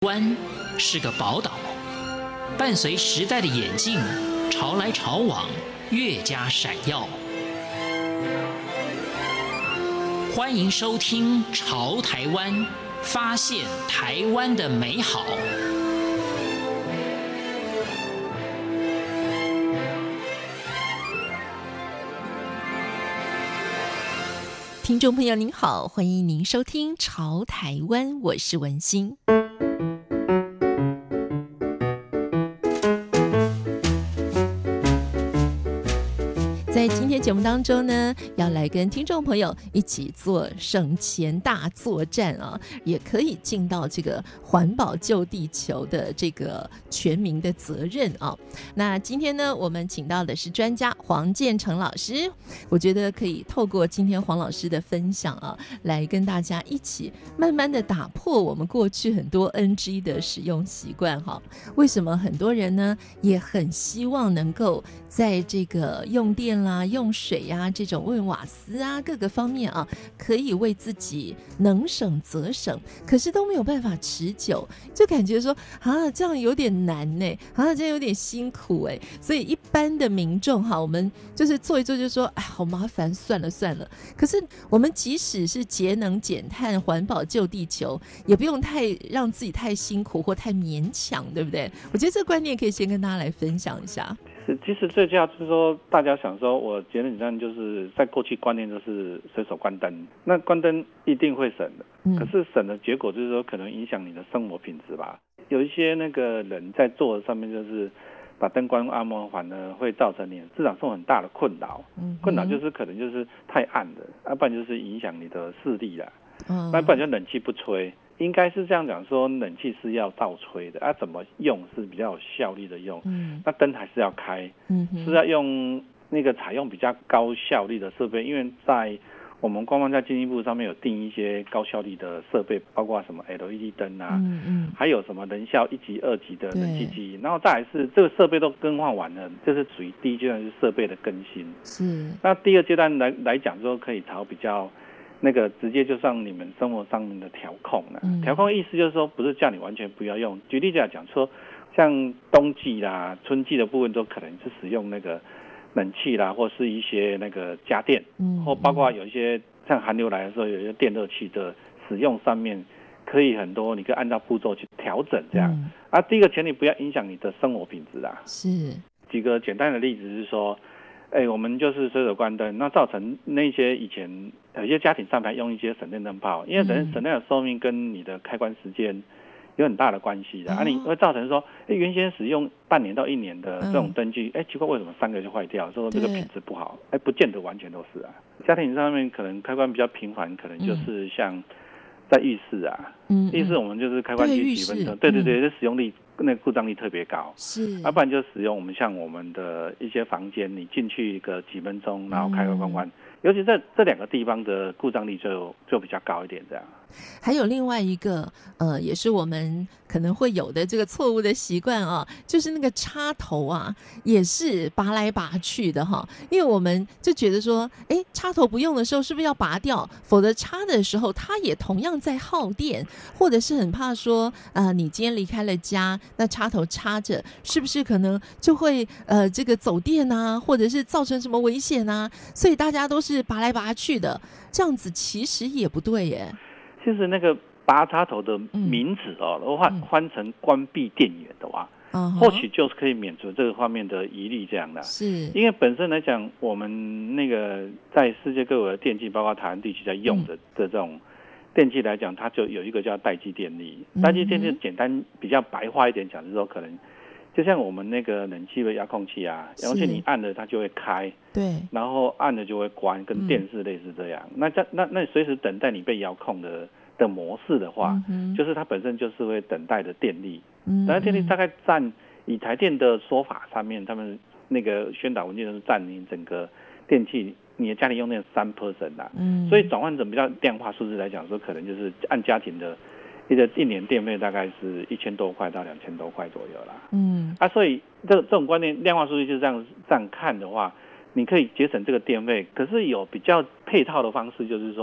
湾是个宝岛，伴随时代的演进，潮来潮往，越加闪耀。欢迎收听《潮台湾》，发现台湾的美好。 听众朋友您好，欢迎您收听《潮台湾》，我是文心。在今天节目当中呢，要来跟听众朋友一起做省钱大作战啊，也可以尽到这个环保救地球的这个全民的责任啊。那今天呢，我们请到的是专家黄建成老师，我觉得可以透过今天黄老师的分享啊，来跟大家一起慢慢的打破我们过去很多 NG 的使用习惯哈。为什么很多人呢也很希望能够在这个用电啦、用水啊这种问瓦斯啊各个方面啊，可以为自己能省则省，可是都没有办法持久，就感觉说啊这样有点难呢，啊这样有点辛苦哎，所以一般的民众哈，我们就是做一做就说哎好麻烦，算了算了。可是我们即使是节能减碳、环保救地球，也不用太让自己太辛苦或太勉强，对不对？我觉得这个观念可以先跟大家来分享一下。 其实最重要就是说，大家想说，我节能减碳就是在过去观念就是随手关灯，那关灯一定会省的，可是省的结果就是说可能影响你的生活品质吧。有一些那个人在做的上面就是把灯关暗默反而会造成你日常生活很大的困扰，困扰就是可能就是太暗了，要不然就是影响你的视力啦，那不然就冷气不吹。应该是这样讲说，冷气是要倒吹的，怎么用是比较有效率的用，那灯还是要开，是要用那个采用比较高效率的设备，因为在我们官方在经济部上面有定一些高效率的设备，包括什么 LED 灯啊，还有什么能效1级、2级的冷气机，然后再来是这个设备都更换完了，这是属于第一阶段是设备的更新，是。那第二阶段来讲说可以朝比较那个直接就上你们生活上面的调控了，调控意思就是说不是叫你完全不要用，举例来讲说，像冬季啦、春季的部分都可能是使用那个冷气啦，或是一些那个家电，或包括有一些像寒流来的时候，有一些电热器的使用上面可以很多，你可以按照步骤去调整这样。第一个前提不要影响你的生活品质啦。是。举个简单的例子是说，我们就是随手关灯，那造成那些以前有些家庭上面用一些省电灯泡，因为省电的寿命跟你的开关时间有很大的关系的，你会造成说，原先使用半年到1年的这种灯具，奇怪为什么3个月就坏掉？说这个品质不好，不见得完全都是啊。家庭上面可能开关比较频繁，可能就是像在浴室啊，浴室我们就是开关机几分钟，对，这使用率那个故障率特别高，是，要不然就使用我们像我们的一些房间，你进去个几分钟，然后开关，尤其这2个地方的故障率就比较高一点这样。 还有另外一个也是我们可能会有的这个错误的习惯啊，就是那个插头啊，也是拔来拔去的哈。因为我们就觉得说，插头不用的时候是不是要拔掉？否则插的时候它也同样在耗电，或者是很怕说你今天离开了家，那插头插着是不是可能就会这个走电啊，或者是造成什么危险啊？所以大家都是拔来拔去的，这样子其实也不对耶。 其实那个拔插头的名字如果换成关闭电源的话，或许就是可以免除这个方面的疑虑这样的。是，因为本身来讲，我们那个在世界各国的电器，包括台湾地区在用的这种电器来讲，它就有一个叫待机电力。待机电力简单比较白话一点讲，就是说可能就像我们那个冷气的遥控器啊，遥控器你按了它就会开，对，然后按了就会关，跟电视类似这样。那随时等待你被遥控的模式的话，就是它本身就是会等待的电力，等待电力大概占以台电的说法上面，他们那个宣导文件都是占你整个电器你的家庭用电 3% 啦，所以转换成比较量化数字来讲说，可能就是按家庭的一年电费大概是1000多块到2000多块左右啦。所以这种观念量化数据就是这样看的话，你可以节省这个电费，可是有比较配套的方式，就是说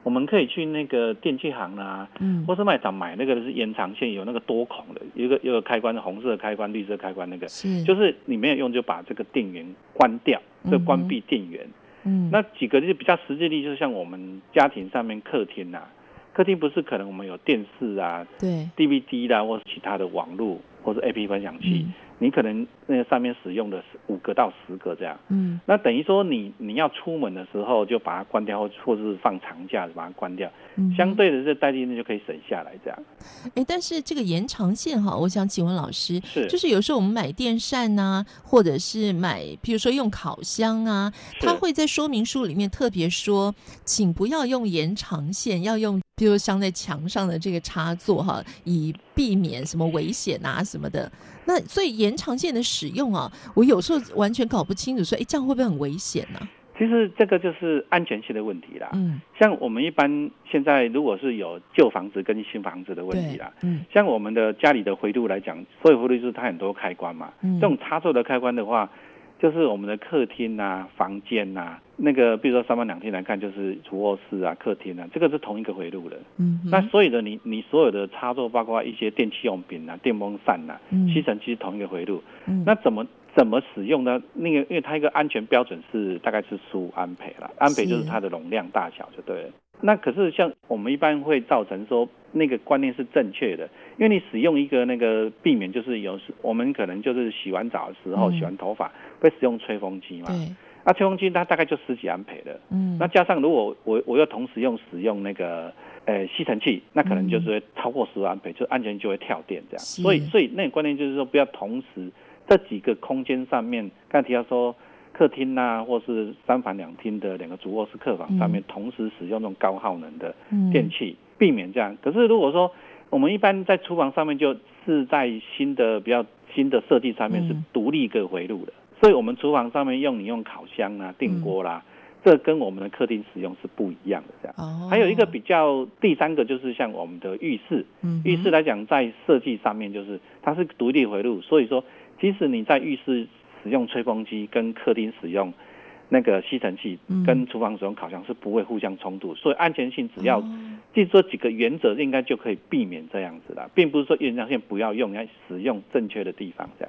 我们可以去那个电器行啊，或是卖场买那个是延长线，有那个多孔的，有一个开关，红色的开关、绿色开关，那个就是你没有用就把这个电源关掉，就关闭电源。那几个就比较实际例，就是像我们家庭上面客厅啊，客厅不是可能我们有电视啊，对 DVD 啦，或是其他的网络或是 AP 分享器。你可能那个上面使用的5个到10个这样，那等于说你要出门的时候就把它关掉，或是放长假把它关掉，相对的这待机率就可以省下来这样。 但是这个延长线哈，我想请问老师，就是有时候我们买电扇啊，或者是买譬如说用烤箱啊，它会在说明书里面特别说，请不要用延长线，要用比如镶在墙上的这个插座哈，以避免什么危险啊什么的。那所以延长线的使用啊，我有时候完全搞不清楚说，这样会不会很危险呢？ 其实这个就是安全性的问题啦。像我们一般现在如果是有旧房子跟新房子的问题啦，像我们的家里的回路来讲，所有回路就是它很多开关嘛，这种插座的开关的话，就是我们的客厅啊、房间啊，那个比如说3房2厅来看，就是主卧室啊、客厅啊，这个是同一个回路的。那所以的你所有的插座，包括一些电器用品啊、电风扇啊、吸尘器是同一个回路。那怎么使用呢？那个因为它一个安全标准是大概是15安培啦，安培就是它的容量大小就对了。那可是像我们一般会造成说那个观念是正确的，因为你使用一个那个避免就是我们可能就是洗完澡的时候洗完头发会使用吹风机嘛，吹风机它大概就10几安培的，那加上如果我又同时使用那个吸尘器，那可能就是会超过15安培，就安全就会跳电这样。所以那个观念就是说不要同时这几个空间上面，刚才提到说客厅啊，或是3房2厅的2个主卧室客房上面同时使用这种高耗能的电器，避免这样。可是如果说我们一般在厨房上面就是在比较新的设计上面是独立一个回路的，所以我们厨房上面用烤箱啊、电锅啦，这跟我们的客厅使用是不一样的这样。还有一个第3个就是像我们的浴室，浴室来讲在设计上面就是它是独立回路，所以说即使你在浴室使用吹风机跟客厅使用那个吸尘器跟厨房使用烤箱是不会互相冲突，所以安全性只要记住这几个原则应该就可以避免这样子啦，并不是说延长线不要用，要使用正确的地方这样。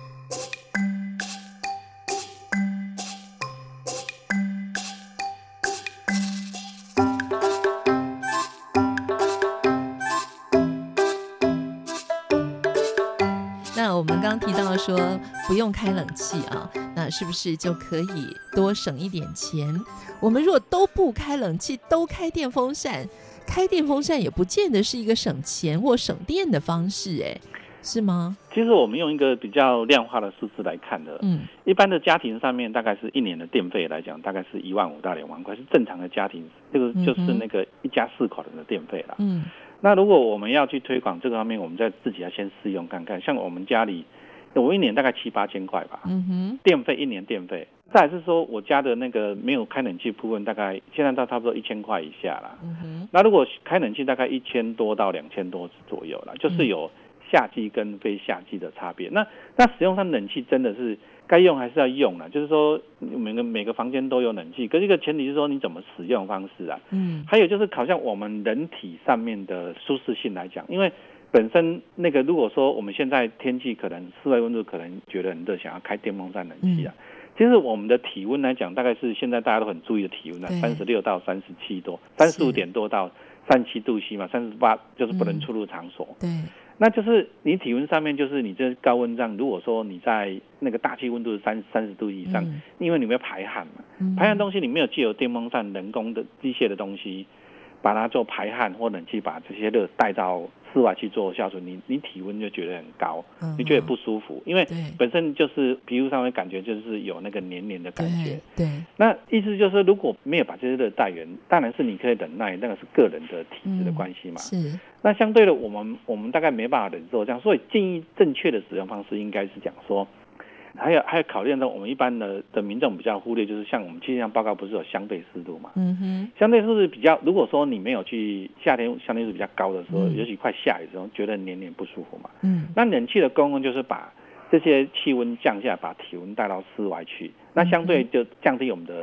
那我们刚刚提到说不用开冷气啊，那是不是就可以多省一点钱？我们如果都不开冷气，都开电风扇，开电风扇也不见得是一个省钱或省电的方式，是吗？ 其实我们用一个比较量化的数字来看的，一般的家庭上面大概是1年的电费来讲，大概是15000到2万块，是正常的家庭，这个就是那个一家4口人的电费啦。那如果我们要去推广这个方面，我们自己要先试用看看。像我们家里，我1年大概7-8千块吧，电费1年电费。再来是说我家的那个没有开冷气部分，大概现在到差不多1000块以下啦。那如果开冷气大概1000多到2000多左右啦，就是有夏季跟非夏季的差别。那使用上冷气真的是该用还是要用啦，就是说每个房间都有冷气，可是一个前提是说你怎么使用方式啊。还有就是好像我们人体上面的舒适性来讲，因为本身那个如果说我们现在天气可能室外温度可能觉得很热，想要开电风扇冷气啊，其实我们的体温来讲，大概是现在大家都很注意的体温36到37多，35点多到37度 C 嘛，38就是不能出入场所。对。那就是你体温上面，就是你这高温上，如果说你在那个大气温度是30度以上，因为你没有排汗嘛，排汗东西你没有借由电风扇人工的机械的东西把它做排汗或冷气把这些热带到室外去做消除，你体温就觉得很高，你觉得不舒服，因为本身就是皮肤上的感觉就是有那个黏黏的感觉。对，那意思就是说如果没有把这些热带源，当然是你可以忍耐，那个是个人的体质的关系嘛。是。那相对的我们大概没办法忍受这样，所以建议正确的使用方式应该是讲说，还有考虑到我们一般的民众比较忽略，就是像我们气象报告不是有相对湿度嘛？相对湿度比较，如果说你没有去夏天相对湿度比较高的时候，尤其快下雨的时候，觉得黏黏不舒服嘛。那冷气的功能就是把这些气温降下来，把体温带到室外去，那相对就降低我们的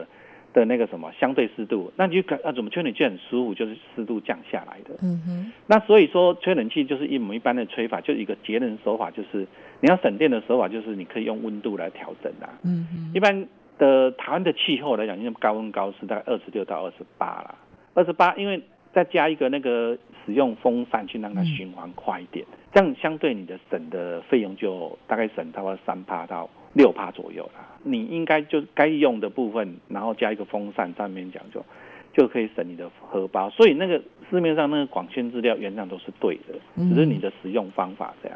的那个什么相对湿度，那你就怎么吹冷气很舒服，就是湿度降下来的。那所以说吹冷气就是我们一般的吹法，就一个节能手法，就是你要省电的手法，就是你可以用温度来调整啦。一般的台湾的气候来讲，因为高温高湿大概26到28啦，28因为再加一个那个使用风扇去让它循环快一点，这样相对你的省的费用就大概省大概3%到6%左右啦。你应该就该用的部分，然后加一个风扇，上面讲就可以省你的荷包。所以那个市面上那个广宣资料原上都是对的，只是你的使用方法这样。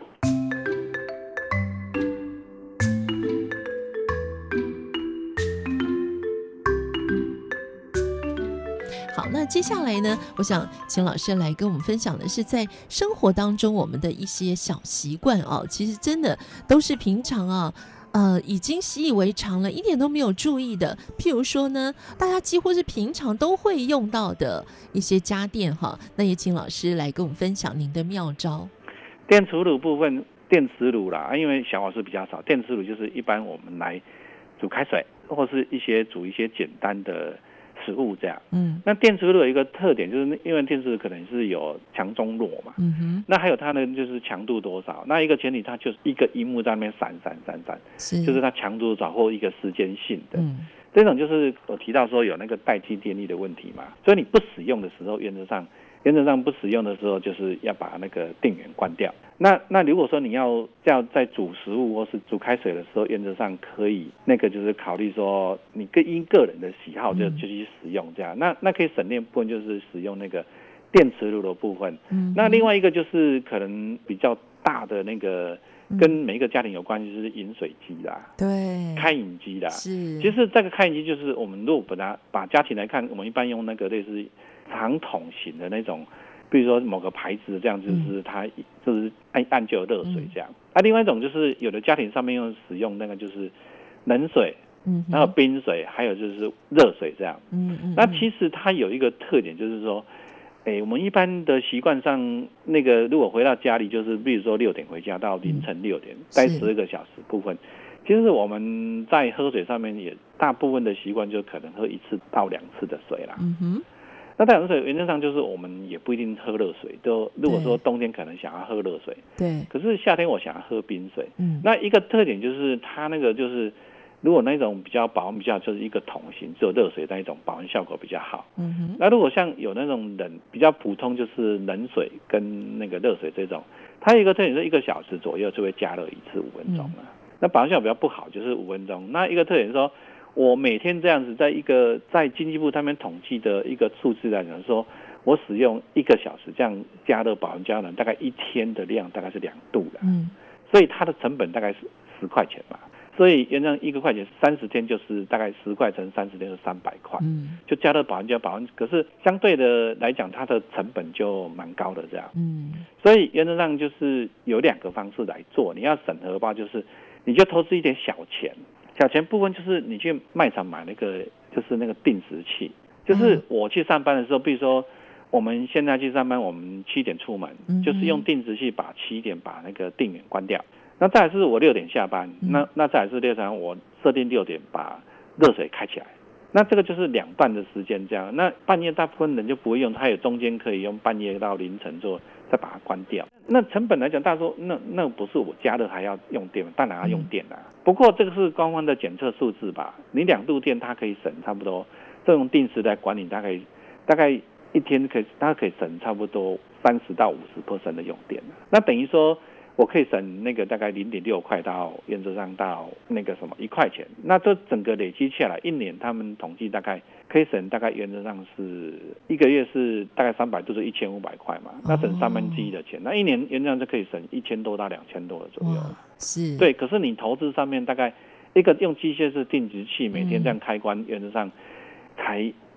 好，那接下来呢，我想请老师来跟我们分享的是在生活当中我们的一些小习惯哦，其实真的都是平常啊已经习以为常了，一点都没有注意的。譬如说呢，大家几乎是平常都会用到的一些家电哈，那也请老师来跟我们分享您的妙招。 电磁炉部分，电磁炉啦，因为小瓦斯比较少，电磁炉就是一般我们来煮开水，或是煮一些简单的食物这样。那电磁炉有一个特点，就是因为电磁炉可能是有强中弱嘛，那还有它呢就是强度多少，那一个前提它就是一个萤幕在那边闪，就是它强度多少或一个时间性的。这种就是我提到说有那个代替电力的问题嘛，所以你不使用的时候，原则上不使用的时候，就是要把那个电源关掉。那如果说你要在煮食物或是煮开水的时候，原则上可以那个就是考虑说你因个人的喜好就去使用这样。那可以省电部分就是使用那个电磁炉的部分。那另外一个就是可能比较大的那个跟每一个家庭有关系，就是饮水机啦， 对， 开饮机啦。 是， 其实这个开饮机就是我们如果把家庭来看，我们一般用那个类似长筒型的那种，比如说某个牌子这样，就是它就是按就有热水这样。另外一种就是有的家庭上面使用那个就是冷水，还有冰水，还有就是热水这样。那其实它有一个特点，就是说我们一般的习惯上，那个如果回到家里，就是比如说6点回家到凌晨6点，待12个小时部分，其实我们在喝水上面也大部分的习惯就可能喝1次到2次的水啦。那太阳水原则上就是我们也不一定喝热水，如果说冬天可能想要喝热水， 对， 可是夏天我想要喝冰水。那一个特点就是它那个就是如果那种比较保温比较就是一个桶型，只有热水那一种保温效果比较好。那如果像有那种比较普通，就是冷水跟那个热水这种，它有一个特点是1个小时左右就会加热1次5分钟了。那保温效果比较不好，就是5分钟。那一个特点是说，我每天这样子在经济部他们统计的一个数字来讲，说我使用1个小时这样加热保温胶囊，大概1天的量大概是2度的。所以它的成本大概是10块钱嘛。所以原来1块钱30天就是大概10块乘30天是300块，就加热保温胶保温，可是相对的来讲，它的成本就蛮高的这样。所以原则上就是有2个方式来做，你要省荷包，就是你就投资一点小钱部分，就是你去卖场买那个就是那个定时器，就是我去上班的时候，比如说我们现在去上班，我们7点出门，就是用定时器把7点把那个电源关掉。那再来是我6点下班，那再来是6点我设定6点把热水开起来。那这个就是2段的时间这样。那半夜大部分人就不会用，它有中间可以用半夜到凌晨做，再把它关掉。那成本来讲，大家说那不是我加热还要用电吗？当然要用电啦。不过这个是官方的检测数字吧，你2度电它可以省差不多，这种定时来管理，大概一天它可以省差不多30到50% 的用电。那等于说我可以省那个大概0.6块到原则上到那个什么1块钱，那这整个累积下来1年，他们统计大概可以省大概原则上是1个月是大概300度是1500块嘛，那省1/3的钱，那1年原则上就可以省1000多到2000多的左右。 是，对， 可是你投资上面大概一个用机械式定时器每天这样开关，原则上才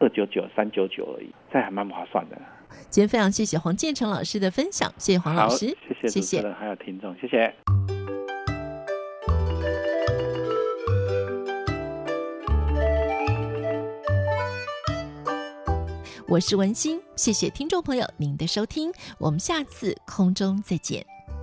299、399而已，这还蛮划算的。 今天非常谢谢黄建成老师的分享，谢谢黄老师， 谢谢主持人还有听众，谢谢。 我是文心，谢谢听众朋友您的收听，我们下次空中再见。